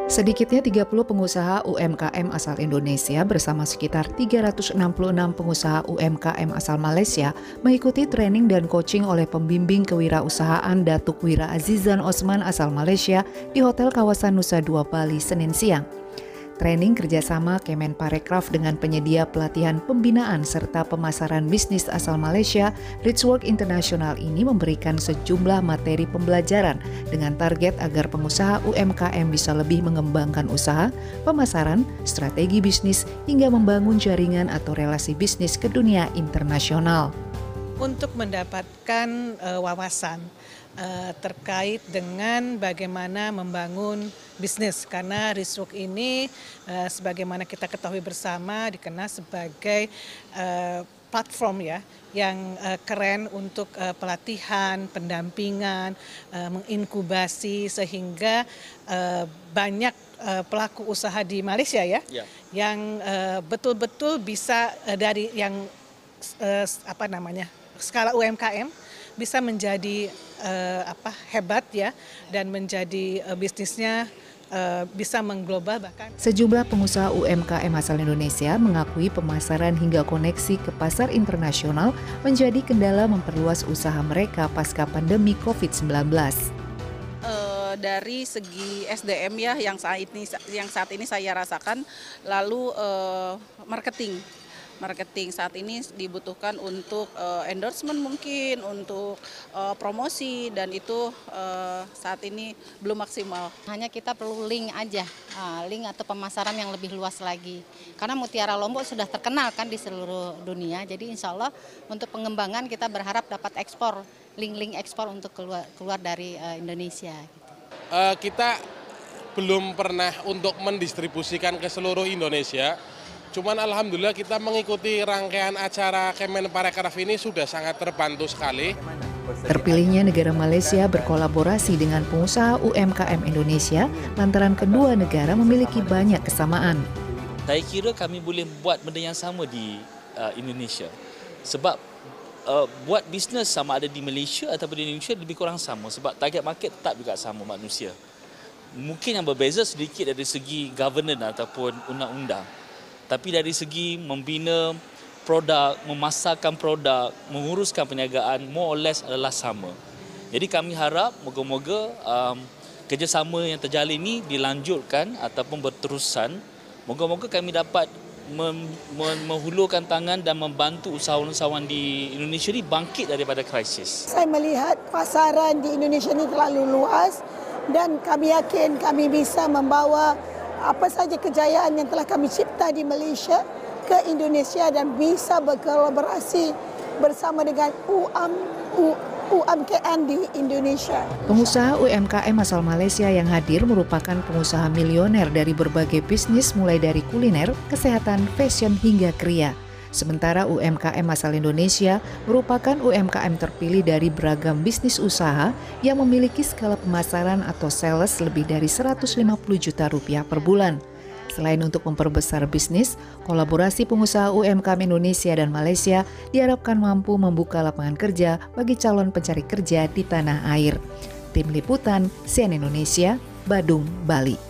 Sedikitnya 30 pengusaha UMKM asal Indonesia bersama sekitar 366 pengusaha UMKM asal Malaysia mengikuti training dan coaching oleh pembimbing kewirausahaan Datuk Wira Azizan Osman asal Malaysia di Hotel Kawasan Nusa Dua Bali Senin siang. Training kerjasama Kemenparekraf dengan penyedia pelatihan pembinaan serta pemasaran bisnis asal Malaysia, Richwork International ini memberikan sejumlah materi pembelajaran dengan target agar pengusaha UMKM bisa lebih mengembangkan usaha, pemasaran, strategi bisnis, hingga membangun jaringan atau relasi bisnis ke dunia internasional. Untuk mendapatkan wawasan terkait dengan bagaimana membangun bisnis, karena Richwork ini sebagaimana kita ketahui bersama dikenal sebagai platform ya yang keren untuk pelatihan, pendampingan, menginkubasi sehingga banyak pelaku usaha di Malaysia yang betul-betul bisa dari yang skala UMKM bisa menjadi hebat ya dan menjadi bisnisnya bisa mengglobal bahkan. Sejumlah pengusaha UMKM asal Indonesia mengakui pemasaran hingga koneksi ke pasar internasional menjadi kendala memperluas usaha mereka pasca pandemi COVID-19. Dari segi SDM ya yang saat ini saya rasakan, lalu marketing saat ini dibutuhkan untuk endorsement mungkin, untuk promosi, dan itu saat ini belum maksimal. Hanya kita perlu link aja, link atau pemasaran yang lebih luas lagi. Karena Mutiara Lombok sudah terkenal kan di seluruh dunia, jadi insya Allah untuk pengembangan kita berharap dapat ekspor, link-link ekspor untuk keluar dari Indonesia. Kita belum pernah untuk mendistribusikan ke seluruh Indonesia. Cuman alhamdulillah kita mengikuti rangkaian acara Kemenparekraf ini sudah sangat terbantu sekali. Terpilihnya negara Malaysia berkolaborasi dengan pengusaha UMKM Indonesia lantaran kedua negara memiliki banyak kesamaan. Saya kira kami boleh buat benda yang sama di Indonesia. Sebab buat bisnes sama ada di Malaysia ataupun di Indonesia lebih kurang sama. Sebab target market tetap juga sama manusia. Mungkin yang berbeza sedikit dari segi governance ataupun undang-undang. Tapi dari segi membina produk, memasarkan produk, menguruskan perniagaan, more or less adalah sama. Jadi kami harap moga-moga kerjasama yang terjalin ini dilanjutkan ataupun berterusan. Moga-moga kami dapat menghulurkan tangan dan membantu usahawan-usahawan di Indonesia ini bangkit daripada krisis. Saya melihat pasaran di Indonesia ini terlalu luas dan kami yakin kami bisa membawa apa saja kejayaan yang telah kami cipta di Malaysia ke Indonesia dan bisa berkolaborasi bersama dengan UMKM di Indonesia. Pengusaha UMKM asal Malaysia yang hadir merupakan pengusaha milioner dari berbagai bisnis mulai dari kuliner, kesehatan, fashion hingga kria. Sementara UMKM asal Indonesia merupakan UMKM terpilih dari beragam bisnis usaha yang memiliki skala pemasaran atau sales lebih dari 150 juta rupiah per bulan. Selain untuk memperbesar bisnis, kolaborasi pengusaha UMKM Indonesia dan Malaysia diharapkan mampu membuka lapangan kerja bagi calon pencari kerja di tanah air. Tim Liputan, CNN Indonesia, Badung, Bali.